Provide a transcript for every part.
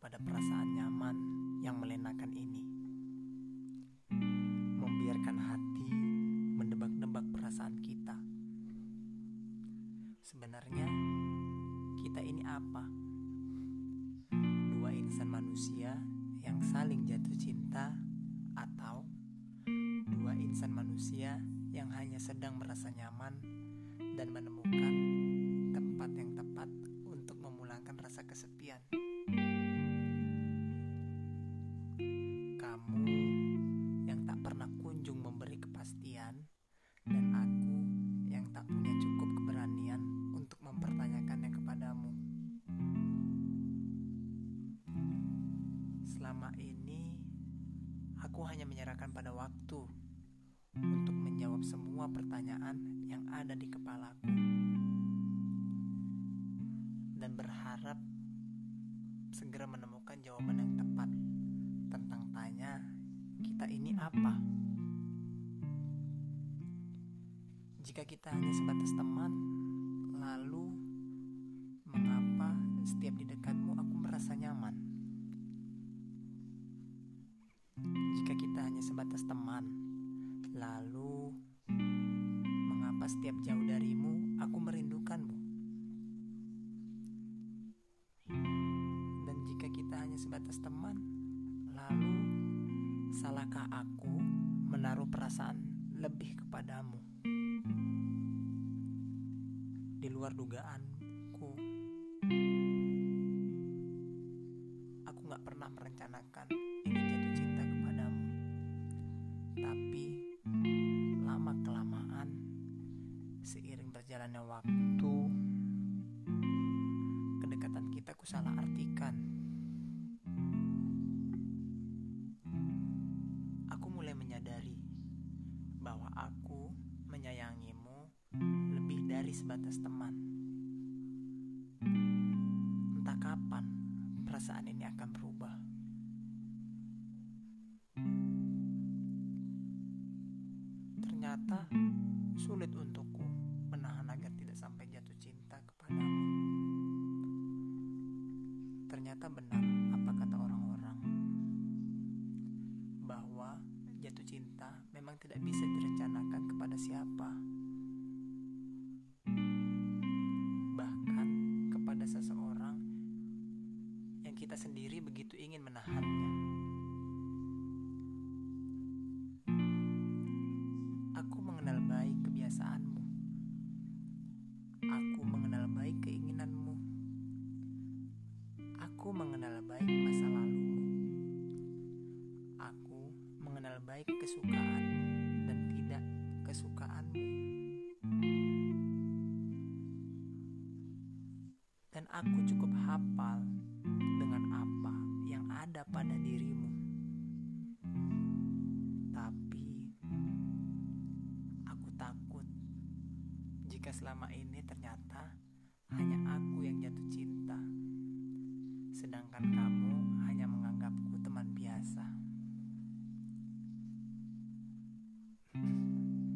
pada perasaan nyaman yang melenakan ini. Membiarkan hati mendebak-nebak perasaan kita. Sebenarnya kita ini apa? Dua insan manusia yang saling jatuh cinta, atau dua insan manusia yang hanya sedang merasa nyaman dan menemukan tempat yang tepat untuk memulangkan rasa kesepian. Kamu yang tak pernah kunjung memberi kepastian, dan aku yang tak punya cukup keberanian untuk mempertanyakannya kepadamu. Selama ini, aku hanya menyerahkan pada waktu untuk menjawab semua pertanyaan yang ada di kepalaku, dan berharap segera menemukan jawaban yang tepat tentang tanya kita ini apa. Jika kita hanya sebatas teman, lalu mengapa setiap di dekatmu aku merasa nyaman? Jika kita hanya sebatas teman, lalu mengapa setiap jauh darimu aku merindukanmu? Dan jika kita hanya sebatas teman, lalu salahkah aku menaruh perasaan lebih kepadamu? Di luar dugaanku, aku gak pernah merencanakan ingin jatuh cinta kepadamu. Tapi lama-kelamaan, seiring berjalannya waktu, kedekatan kita kusalah artikan. Aku mulai menyadari bahwa aku menyayangimu lebih dari sebatas teman. Entah kapan perasaan ini akan berubah. Ternyata sulit untukku menahan agar tidak sampai jatuh cinta kepadamu. Ternyata benar apa kata orang-orang, bahwa jatuh cinta memang tidak bisa direncanakan kepada siapa, bahkan kepada seseorang yang kita sendiri begitu ingin menahannya. Aku mengenal baik kebiasaanmu. Aku mengenal baik keinginanmu. Aku mengenal baik masa lalumu. Aku mengenal baik kesukaan dan tidak kesukaanmu. Dan aku cukup hafal dengan apa yang ada pada dirimu. Tapi aku takut jika selama ini ternyata hanya aku yang jatuh cinta, sedangkan kamu hanya menganggapku teman biasa.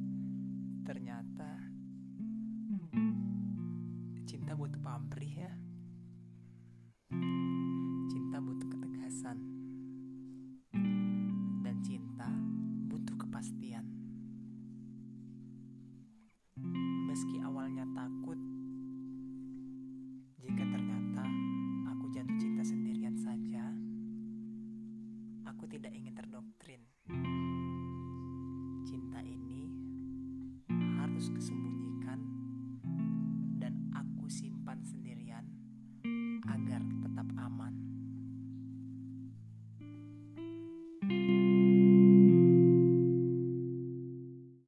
Ternyata cinta butuh pamrih ya.